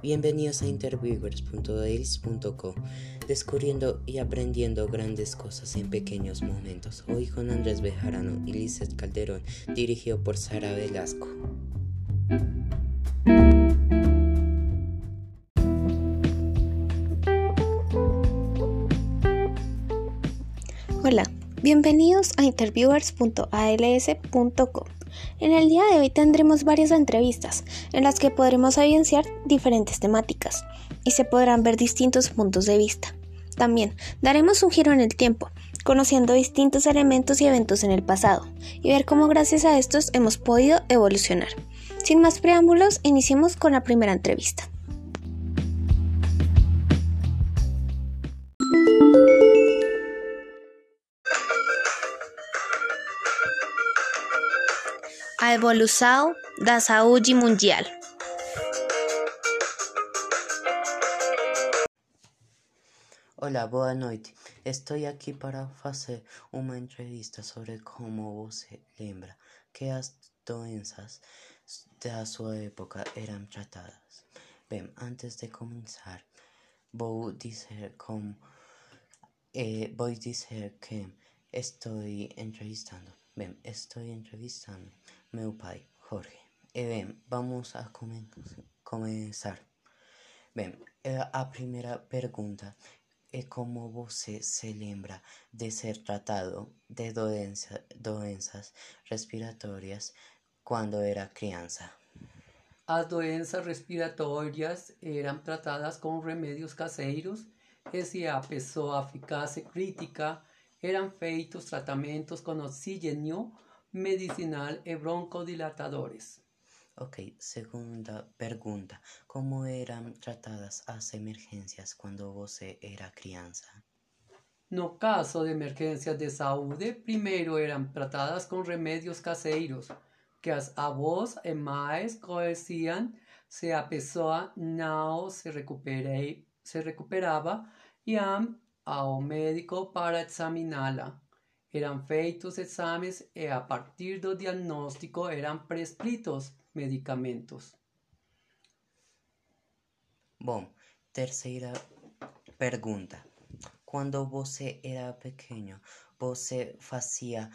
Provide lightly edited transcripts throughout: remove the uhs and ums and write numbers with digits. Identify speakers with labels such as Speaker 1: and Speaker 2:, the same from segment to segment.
Speaker 1: Bienvenidos a interviewers.deils.co, descubriendo y aprendiendo grandes cosas en pequeños momentos. Hoy con Andrés Bejarano y Lizeth Calderón, dirigido por Sara Velasco.
Speaker 2: Hola, bienvenidos a interviewers.als.co. En el día de hoy tendremos varias entrevistas en las que podremos evidenciar diferentes temáticas y se podrán ver distintos puntos de vista. También daremos un giro en el tiempo, conociendo distintos elementos y eventos en el pasado y ver cómo gracias a estos hemos podido evolucionar. Sin más preámbulos, iniciemos con la primera entrevista. A evolução da saúde mundial.
Speaker 1: Olá, boa noite. Estou aqui para fazer uma entrevista sobre como você lembra que as doenças da sua época eram tratadas. Bem, antes de começar, vou dizer que estou entrevistando. Bem, estou entrevistando meu pai, Jorge. E bem, vamos a começar. Bem, a primeira pergunta é como você se lembra de ser tratado de doenças respiratórias quando era criança?
Speaker 3: As doenças respiratórias eram tratadas com remédios caseiros e se a pessoa ficasse crítica, eram feitos tratamentos com oxigênio medicinal e broncodilatadores.
Speaker 1: Ok, segunda pergunta. Como eram tratadas as emergências quando você era criança?
Speaker 3: No caso de emergências de saúde, primeiro eram tratadas com remédios caseiros, que as avós e mães conheciam se a pessoa não se recuperava, iam ao médico para examiná-la. Eram feitos exames e a partir do diagnóstico eram prescritos medicamentos.
Speaker 1: Bom, terceira pergunta. Quando você era pequeno, você fazia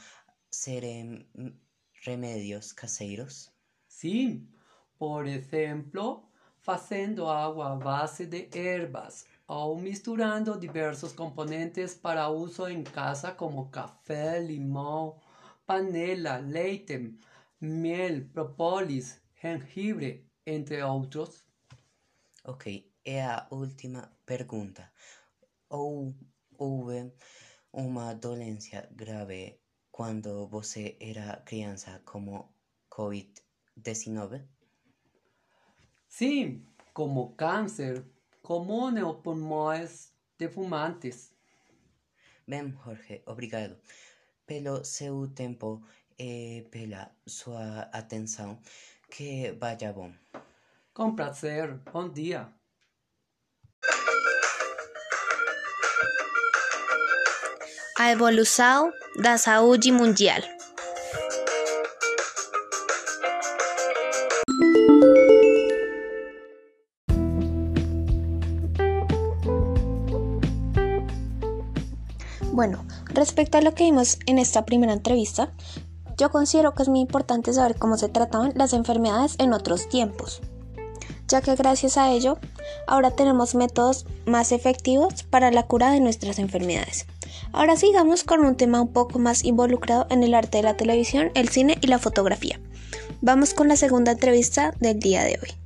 Speaker 1: remédios caseiros?
Speaker 3: Sim, por exemplo, fazendo água à base de ervas ou misturando diversos componentes para uso em casa como café, limão, panela, leite, miel, propólis, gengibre, entre outros.
Speaker 1: Ok, e a última pergunta. Houve uma doença grave quando você era criança, como COVID-19?
Speaker 3: Sim, como câncer comum ou pulmões de fumantes.
Speaker 1: Bem, Jorge, obrigado pelo seu tempo e pela sua atenção. Que vaya bom.
Speaker 3: Com prazer, bom dia.
Speaker 2: A evolução da saúde mundial. Bueno, respecto a lo que vimos en esta primera entrevista, yo considero que es muy importante saber cómo se trataban las enfermedades en otros tiempos, ya que gracias a ello ahora tenemos métodos más efectivos para la cura de nuestras enfermedades. Ahora sigamos con un tema un poco más involucrado en el arte de la televisión, el cine y la fotografía. Vamos con la segunda entrevista del día de hoy.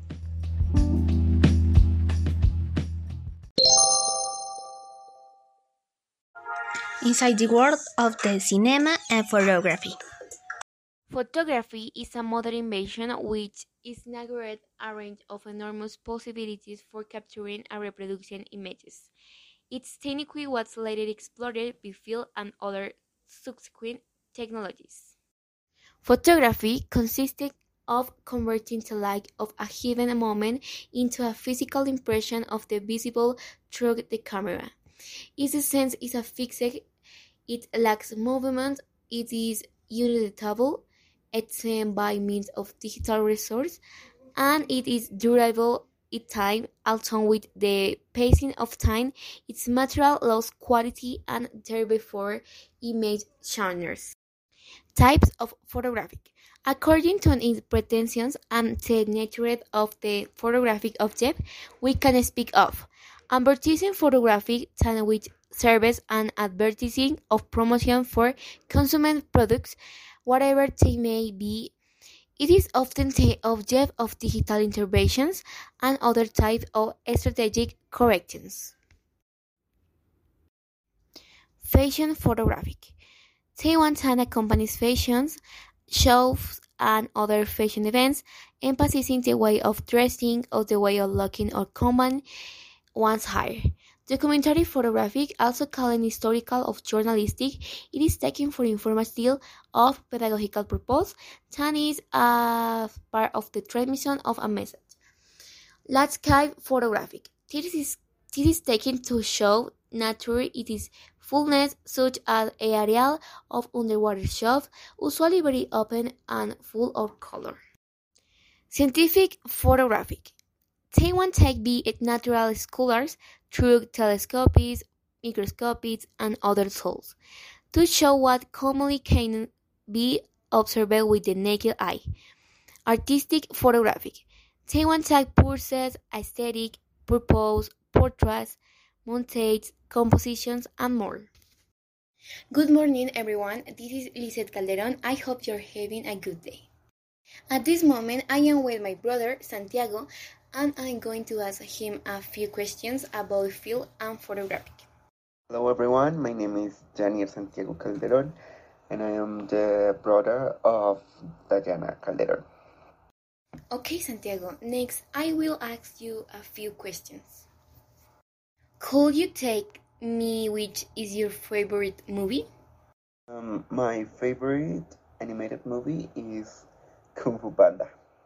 Speaker 2: Inside the world of the cinema and photography.
Speaker 4: Photography is a modern invention which inaugurated a range of enormous possibilities for capturing and reproducing images. Its technique was later explored by film and other subsequent technologies. Photography consisted of converting the light of a given moment into a physical impression of the visible through the camera. Its essence is a fixed, it lacks movement, it is uneditable, except by means of digital resources, and it is durable its time, along with the passing of time, its material lost quality and therefore image genres. Types of photographic. According to its pretensions and the nature of the photographic object, we can speak of advertising photographic time which serves an advertising of promotion for consumer products, whatever they may be. It is often the object of digital interventions and other types of strategic corrections. Fashion photographic. Taiwan accompanies fashions, shows, and other fashion events, emphasizing the way of dressing or the way of looking or common one's hair. Documentary photographic, also called historical or journalistic, it is taken for informative or pedagogical purpose, and is a part of the transmission of a message. Landscape photographic. This is taken to show nature it is fullness, such as an area of underwater shelf, usually very open and full of color. Scientific photographic. Taiwan take be natural scholars through telescopes, microscopes, and other tools to show what commonly can be observed with the naked eye. Artistic photographic. Taiwan take pursues, aesthetic, purpose, portraits, montages, compositions, and more. Good morning, everyone. This is Lizeth Calderon. I hope you're having a good day. At this moment, I am with my brother, Santiago, and I'm going to ask him a few questions about film and photographic.
Speaker 5: Hello everyone, my name is Daniel Santiago Calderon and I am the brother of Dayana Calderon.
Speaker 4: Okay, Santiago, next I will ask you a few questions. Could you take me which is your favorite movie?
Speaker 5: My favorite animated movie is Kung Fu Panda.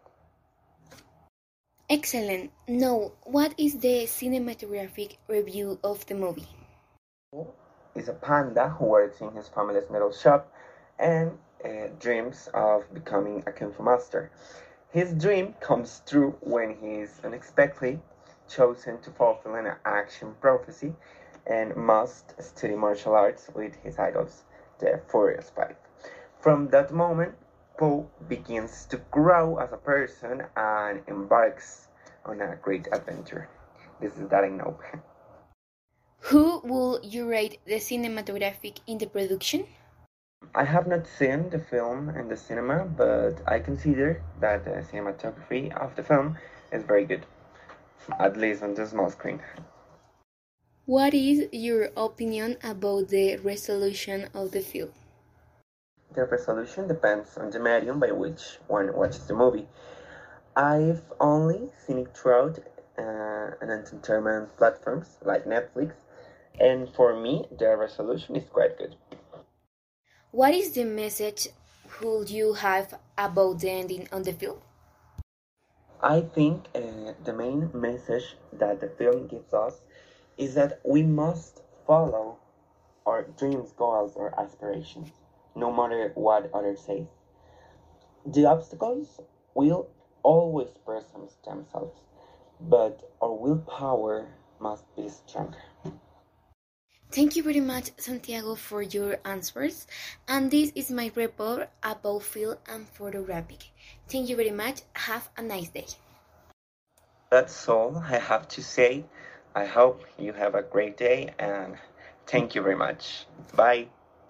Speaker 4: Excellent. Now, what is the cinematographic review of the movie?
Speaker 5: Is a panda who works in his family's metal shop and dreams of becoming a Kung Fu master. His dream comes true when he is unexpectedly chosen to fulfill an action prophecy and must study martial arts with his idols, the Furious Five. From that moment, Po begins to grow as a person and embarks on a great adventure. This is that I know.
Speaker 4: Who will you rate the cinematographic in the production?
Speaker 5: I have not seen the film in the cinema, but I consider that the cinematography of the film is very good, at least on the small screen.
Speaker 4: What is your opinion about the resolution of the film?
Speaker 5: The resolution depends on the medium by which one watches the movie. I've only seen it throughout an entertainment platforms like Netflix, and for me, the resolution is quite good.
Speaker 4: What is the message would you have about the ending on the film?
Speaker 5: I think the main message that the film gives us is that we must follow our dreams, goals, or aspirations, no matter what others say. The obstacles will always present themselves, but our willpower must be stronger.
Speaker 4: Thank you very much, Santiago, for your answers. And this is my report about film and photographic. Thank you very much. Have a nice day.
Speaker 5: That's all I have to say. I hope you have a great day and thank you very much. Bye.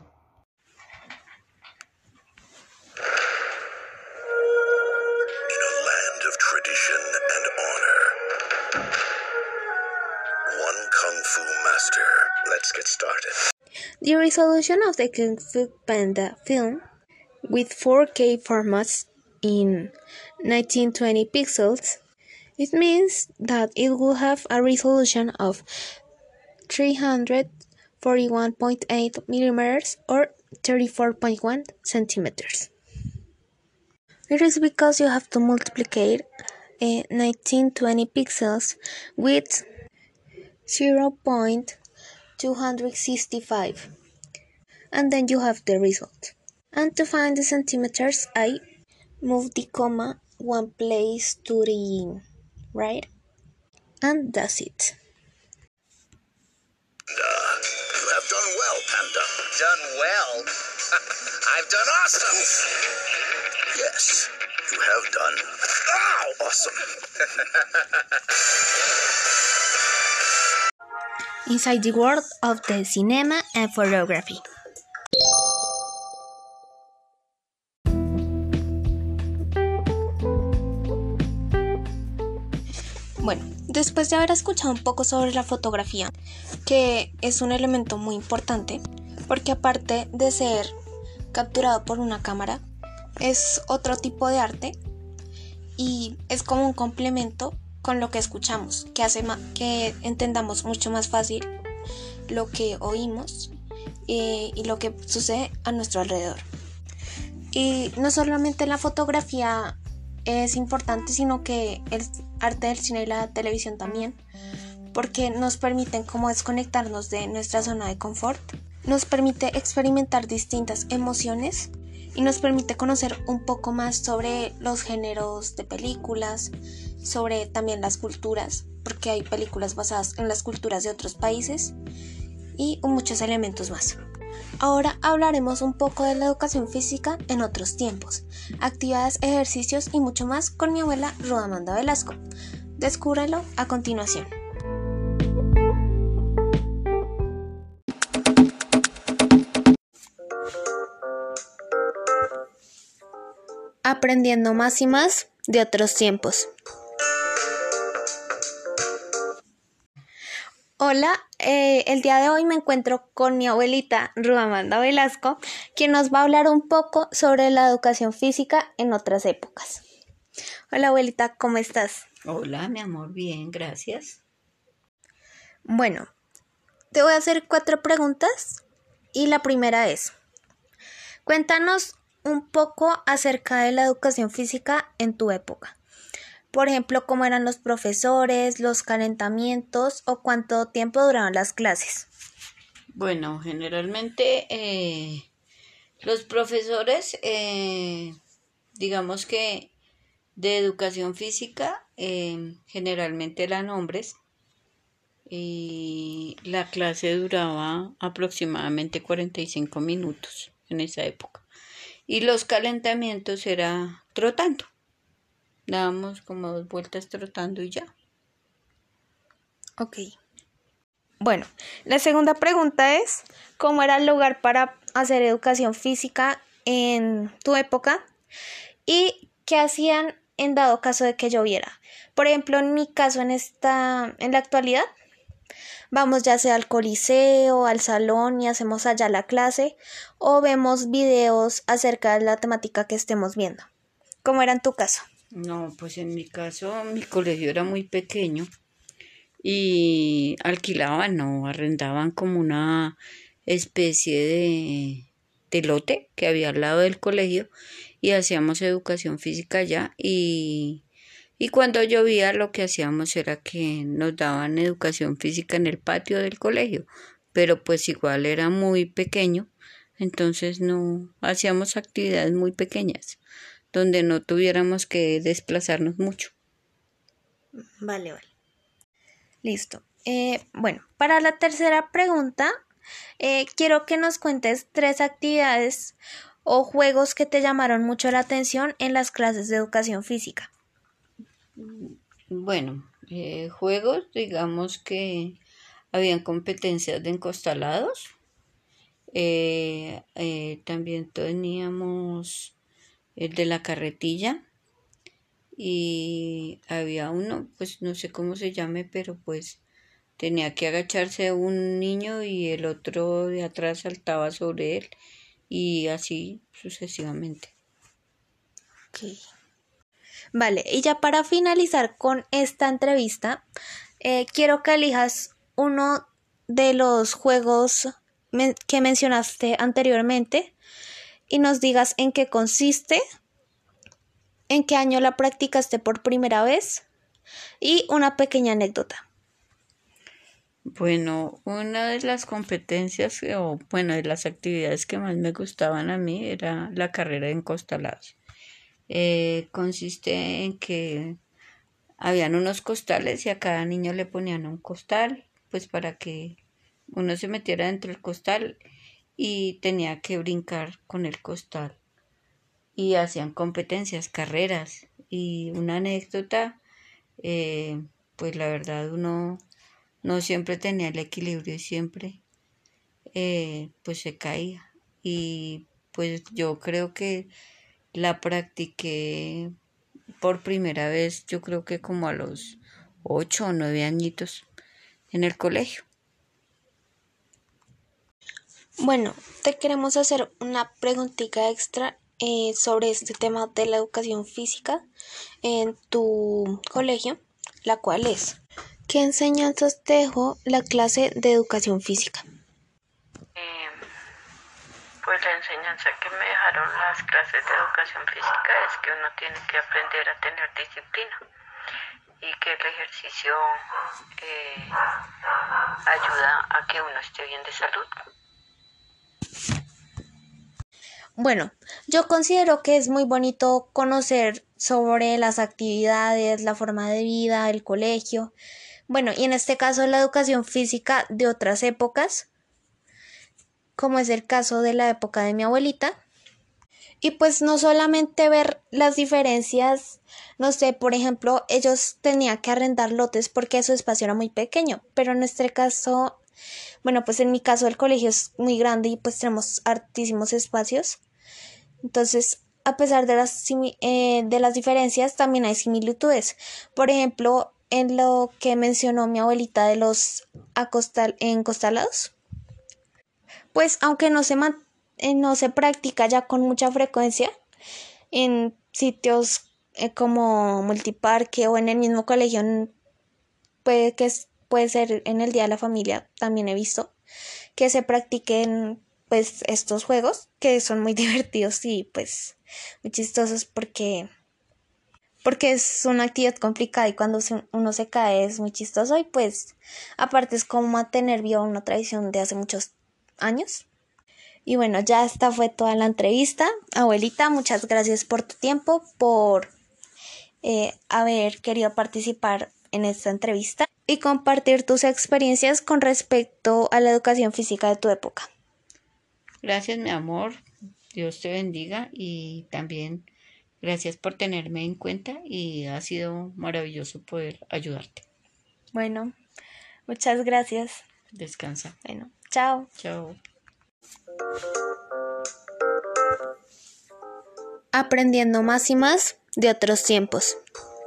Speaker 6: In a land of tradition and honor, one Kung Fu master. Let's get started.
Speaker 2: The resolution of the Kung Fu Panda film with 4K formats in 1920 pixels, it means that it will have a resolution of 341.8 millimeters or 34.1 centimeters. It is because you have to multiply 1920 pixels with 0.265 and then you have the result. And to find the centimeters, I move the comma one place to the right. And that's it.
Speaker 6: You have done well, Panda. Done well? I've done awesome. Yes, you have done awesome.
Speaker 2: Inside the world of the cinema and photography. Bueno, después de haber escuchado un poco sobre la fotografía, que es un elemento muy importante, porque aparte de ser capturado por una cámara, es otro tipo de arte y es como un complemento con lo que escuchamos, que hace que entendamos mucho más fácil lo que oímos y lo que sucede a nuestro alrededor. Y no solamente la fotografía es importante, sino que el arte del cine y la televisión también, porque nos permiten como desconectarnos de nuestra zona de confort, nos permite experimentar distintas emociones y nos permite conocer un poco más sobre los géneros de películas, sobre también las culturas, porque hay películas basadas en las culturas de otros países y muchos elementos más. Ahora hablaremos un poco de la educación física en otros tiempos, actividades, ejercicios y mucho más con mi abuela Ruth Amanda Velasco. Descúbrelo a continuación. Aprendiendo más y más de otros tiempos. Hola, el día de hoy me encuentro con mi abuelita Ruth Amanda Velasco, quien nos va a hablar un poco sobre la educación física en otras épocas. Hola abuelita, ¿cómo estás?
Speaker 7: Hola, mi amor, bien, gracias.
Speaker 2: Bueno, te voy a hacer 4 preguntas y la primera es, cuéntanos un poco acerca de la educación física en tu época. Por ejemplo, cómo eran los profesores, los calentamientos o cuánto tiempo duraban las clases.
Speaker 7: Bueno, generalmente los profesores, digamos que de educación física, generalmente eran hombres y la clase duraba aproximadamente 45 minutos en esa época. Y los calentamientos era trotando. Dábamos como 2 vueltas trotando y ya.
Speaker 2: Ok. Bueno, la segunda pregunta es, ¿cómo era el lugar para hacer educación física en tu época? ¿Y qué hacían en dado caso de que lloviera? Por ejemplo, en mi caso, en la actualidad, vamos ya sea al coliseo, al salón y hacemos allá la clase, o vemos videos acerca de la temática que estemos viendo. ¿Cómo era en tu caso?
Speaker 7: No, pues en mi caso, mi colegio era muy pequeño y alquilaban o arrendaban como una especie de lote que había al lado del colegio y hacíamos educación física allá y cuando llovía lo que hacíamos era que nos daban educación física en el patio del colegio, pero pues igual era muy pequeño, entonces no hacíamos actividades muy pequeñas donde no tuviéramos que desplazarnos mucho.
Speaker 2: Vale. Listo. Bueno, para la tercera pregunta, quiero que nos cuentes 3 actividades o juegos que te llamaron mucho la atención en las clases de educación física.
Speaker 7: Bueno, juegos, digamos que habían competencias de encostalados. También teníamos el de la carretilla y había uno, pues no sé cómo se llame, pero pues tenía que agacharse un niño y el otro de atrás saltaba sobre él y así sucesivamente.
Speaker 2: Ok. Vale, y ya para finalizar con esta entrevista, quiero que elijas uno de los juegos que mencionaste anteriormente y nos digas en qué consiste, en qué año la practicaste por primera vez y una pequeña anécdota.
Speaker 7: Bueno, una de las competencias de las actividades que más me gustaban a mí era la carrera de encostalados. Consiste en que habían unos costales y a cada niño le ponían un costal, pues para que uno se metiera dentro del costal y tenía que brincar con el costal. Y hacían competencias, carreras. Y una anécdota, pues la verdad uno no siempre tenía el equilibrio y siempre pues se caía. Y pues yo creo que la practiqué por primera vez, yo creo que como a los 8 o 9 añitos en el colegio.
Speaker 2: Bueno, te queremos hacer una preguntita extra sobre este tema de la educación física en tu colegio, la cual es, ¿qué enseñanzas te dejó la clase de educación física?
Speaker 7: Pues la enseñanza que me dejaron las clases de educación física es que uno tiene que aprender a tener disciplina y que el ejercicio ayuda a que uno esté bien de salud.
Speaker 2: Bueno, yo considero que es muy bonito conocer sobre las actividades, la forma de vida, el colegio. Bueno, y en este caso la educación física de otras épocas, como es el caso de la época de mi abuelita. Y pues no solamente ver las diferencias, no sé, por ejemplo, ellos tenían que arrendar lotes porque su espacio era muy pequeño, pero en este caso, bueno, pues en mi caso el colegio es muy grande y pues tenemos hartísimos espacios. Entonces, a pesar de las diferencias, también hay similitudes. Por ejemplo, en lo que mencionó mi abuelita de los encostalados, pues aunque no se practica ya con mucha frecuencia en sitios como multiparque o en el mismo colegio, puede ser en el Día de la Familia, también he visto que se practiquen pues estos juegos que son muy divertidos y pues muy chistosos porque es una actividad complicada y cuando uno se cae es muy chistoso y pues aparte es como mantener viva una tradición de hace muchos años. Y bueno, ya esta fue toda la entrevista. Abuelita, muchas gracias por tu tiempo, por haber querido participar en esta entrevista y compartir tus experiencias con respecto a la educación física de tu época.
Speaker 7: Gracias, mi amor. Dios te bendiga y también gracias por tenerme en cuenta y ha sido maravilloso poder ayudarte.
Speaker 2: Bueno, muchas gracias.
Speaker 7: Descansa.
Speaker 2: Bueno, chao.
Speaker 7: Chao.
Speaker 2: Aprendiendo más y más de otros tiempos.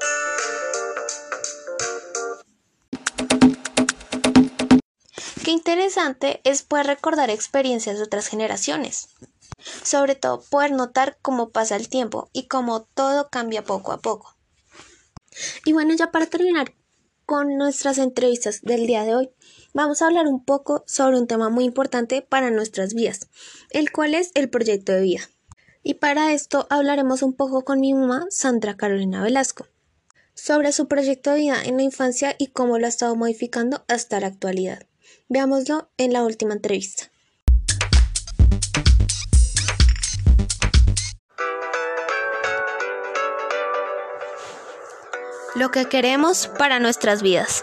Speaker 2: Qué interesante es poder recordar experiencias de otras generaciones. Sobre todo poder notar cómo pasa el tiempo y cómo todo cambia poco a poco. Y bueno, ya para terminar con nuestras entrevistas del día de hoy, vamos a hablar un poco sobre un tema muy importante para nuestras vidas, el cual es el proyecto de vida. Y para esto hablaremos un poco con mi mamá, Sandra Carolina Velasco, sobre su proyecto de vida en la infancia y cómo lo ha estado modificando hasta la actualidad. Veámoslo en la última entrevista. Lo que queremos para nuestras vidas.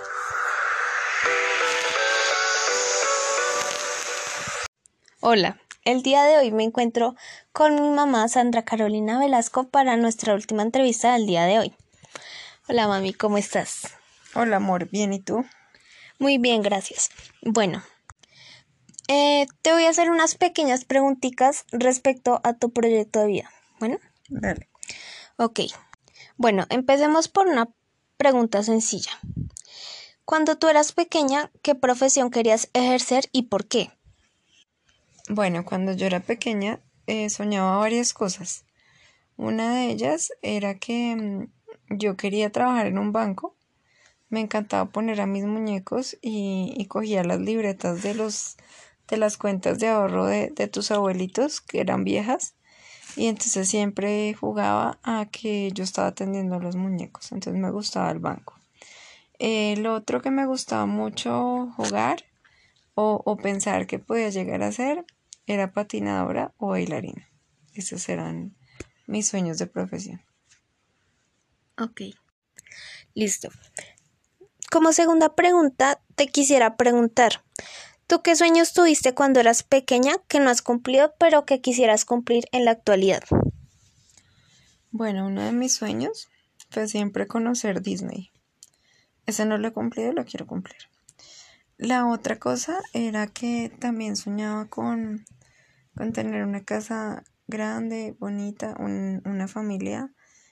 Speaker 2: Hola, el día de hoy me encuentro con mi mamá Sandra Carolina Velasco para nuestra última entrevista del día de hoy. Hola mami, ¿cómo estás?
Speaker 8: Hola amor, ¿bien y tú?
Speaker 2: Muy bien, gracias. Bueno, te voy a hacer unas pequeñas preguntitas respecto a tu proyecto de vida. Bueno,
Speaker 8: Dale.
Speaker 2: ok. Bueno, empecemos por una pregunta sencilla. Cuando tú eras pequeña, ¿qué profesión querías ejercer y por qué?
Speaker 8: Bueno, cuando yo era pequeña soñaba varias cosas. Una de ellas era que yo quería trabajar en un banco. Me encantaba poner a mis muñecos y cogía las libretas de las cuentas de ahorro de tus abuelitos, que eran viejas, y entonces siempre jugaba a que yo estaba atendiendo a los muñecos. Entonces me gustaba el banco. Lo otro que me gustaba mucho jugar o pensar que podía llegar a ser era patinadora o bailarina. Esos eran mis sueños de profesión.
Speaker 2: Ok. Listo. Como segunda pregunta, te quisiera preguntar, ¿tú qué sueños tuviste cuando eras pequeña que no has cumplido, pero que quisieras cumplir en la actualidad?
Speaker 8: Bueno, uno de mis sueños fue siempre conocer Disney. Ese no lo he cumplido, lo quiero cumplir. La otra cosa era que también soñaba con tener una casa grande, bonita, una familia.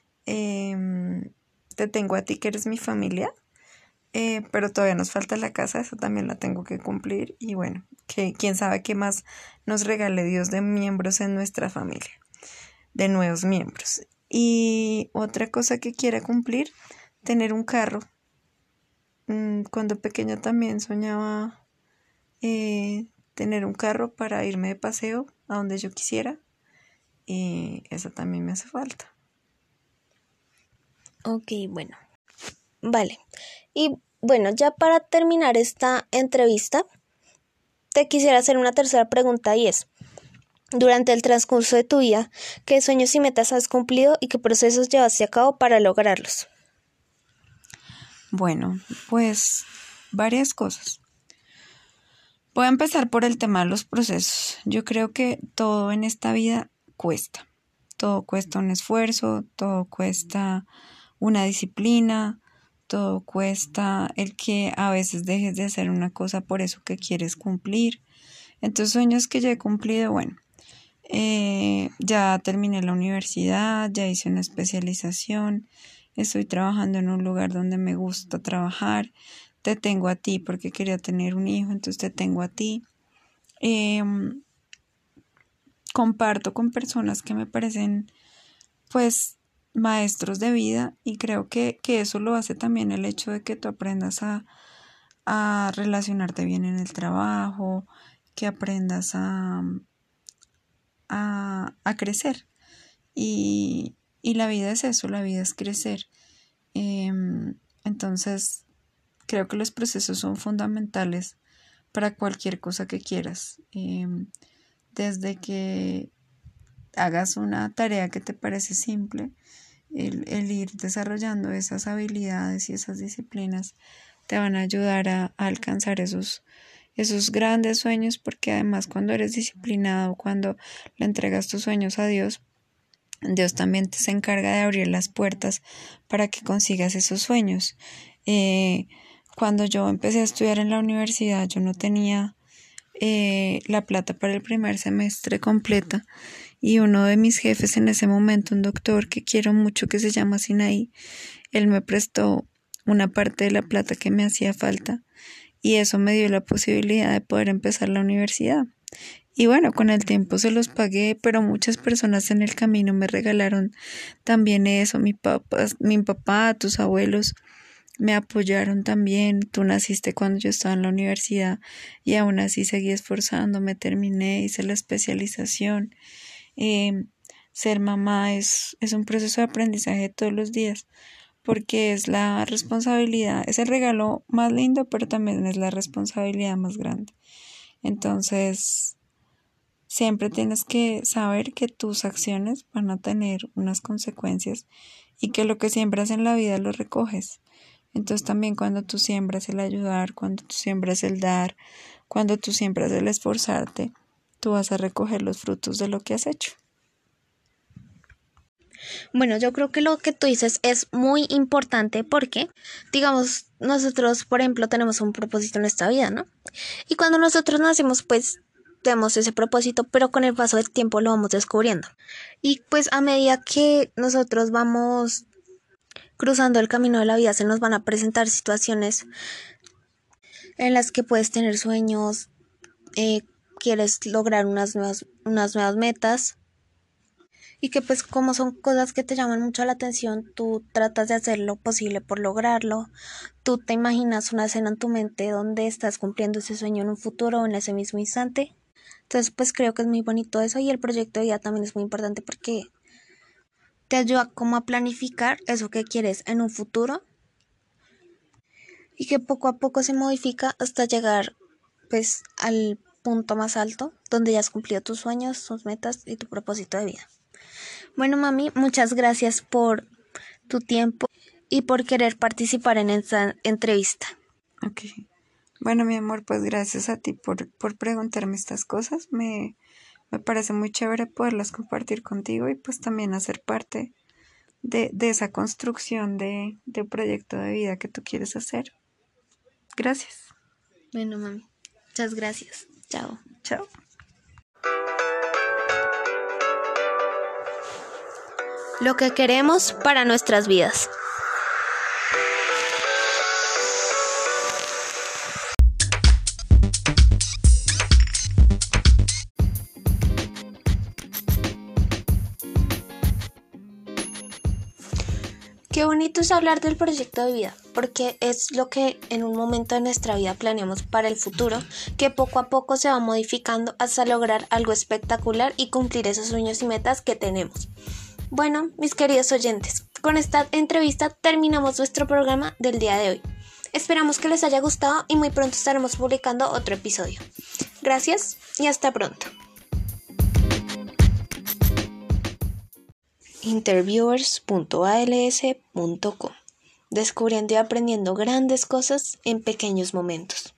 Speaker 8: Te tengo a ti que eres mi familia, pero todavía nos falta la casa, eso también la tengo que cumplir. Y bueno, que quién sabe qué más nos regale Dios de miembros en nuestra familia, de nuevos miembros. Y otra cosa que quiera cumplir, tener un carro. Cuando pequeña también soñaba tener un carro para irme de paseo a donde yo quisiera, y eso también me hace falta.
Speaker 2: Ok, bueno. Vale. Y bueno, ya para terminar esta entrevista, te quisiera hacer una tercera pregunta y es, durante el transcurso de tu vida, ¿qué sueños y metas has cumplido y qué procesos llevaste a cabo para lograrlos?
Speaker 8: Bueno, pues varias cosas. Voy a empezar por el tema de los procesos. Yo creo que todo en esta vida cuesta. Todo cuesta un esfuerzo, todo cuesta una disciplina, todo cuesta el que a veces dejes de hacer una cosa por eso que quieres cumplir. Entonces, sueños que ya he cumplido, bueno, ya terminé la universidad, ya hice una especialización, estoy trabajando en un lugar donde me gusta trabajar, te tengo a ti porque quería tener un hijo, entonces te tengo a ti. Comparto con personas que me parecen pues maestros de vida, y creo que eso lo hace también el hecho de que tú aprendas a relacionarte bien en el trabajo, que aprendas a crecer. Y la vida es eso, la vida es crecer. Entonces, creo que los procesos son fundamentales para cualquier cosa que quieras. Desde que hagas una tarea que te parece simple, el ir desarrollando esas habilidades y esas disciplinas te van a ayudar a alcanzar esos grandes sueños, porque además cuando eres disciplinado, cuando le entregas tus sueños a Dios, Dios también se encarga de abrir las puertas para que consigas esos sueños. Cuando yo empecé a estudiar en la universidad, yo no tenía la plata para el primer semestre completa, y uno de mis jefes en ese momento, un doctor que quiero mucho que se llama Sinaí, él me prestó una parte de la plata que me hacía falta, y eso me dio la posibilidad de poder empezar la universidad. Y bueno, con el tiempo se los pagué, pero muchas personas en el camino me regalaron también eso. Mi papá, tus abuelos me apoyaron también. Tú naciste cuando yo estaba en la universidad y aún así seguí esforzándome, terminé, hice la especialización. Ser mamá es un proceso de aprendizaje todos los días, porque es la responsabilidad, es el regalo más lindo, pero también es la responsabilidad más grande. Entonces, siempre tienes que saber que tus acciones van a tener unas consecuencias y que lo que siembras en la vida lo recoges. Entonces también cuando tú siembras el ayudar, cuando tú siembras el dar, cuando tú siembras el esforzarte, tú vas a recoger los frutos de lo que has hecho.
Speaker 2: Bueno, yo creo que lo que tú dices es muy importante porque, digamos, nosotros, por ejemplo, tenemos un propósito en esta vida, ¿no? Y cuando nosotros nacemos, pues tenemos ese propósito, pero con el paso del tiempo lo vamos descubriendo. Y pues a medida que nosotros vamos cruzando el camino de la vida, se nos van a presentar situaciones en las que puedes tener sueños, quieres lograr unas nuevas metas, y que pues como son cosas que te llaman mucho la atención, tú tratas de hacer lo posible por lograrlo. Tú te imaginas una escena en tu mente donde estás cumpliendo ese sueño en un futuro o en ese mismo instante. Entonces pues creo que es muy bonito eso, y el proyecto de vida también es muy importante porque te ayuda como a planificar eso que quieres en un futuro y que poco a poco se modifica hasta llegar pues al punto más alto donde ya has cumplido tus sueños, tus metas y tu propósito de vida. Bueno, mami, muchas gracias por tu tiempo y por querer participar en esta entrevista.
Speaker 8: Ok. Bueno, mi amor, pues gracias a ti por preguntarme estas cosas. Me parece muy chévere poderlas compartir contigo y pues también hacer parte de esa construcción de proyecto de vida que tú quieres hacer. Gracias.
Speaker 2: Bueno, mami, muchas gracias. Chao.
Speaker 8: Chao.
Speaker 2: Lo que queremos para nuestras vidas. Qué bonito es hablar del proyecto de vida, porque es lo que en un momento de nuestra vida planeamos para el futuro, que poco a poco se va modificando hasta lograr algo espectacular y cumplir esos sueños y metas que tenemos. Bueno, mis queridos oyentes, con esta entrevista terminamos nuestro programa del día de hoy. Esperamos que les haya gustado y muy pronto estaremos publicando otro episodio. Gracias y hasta pronto. Interviewers.als.com. Descubriendo y aprendiendo grandes cosas en pequeños momentos.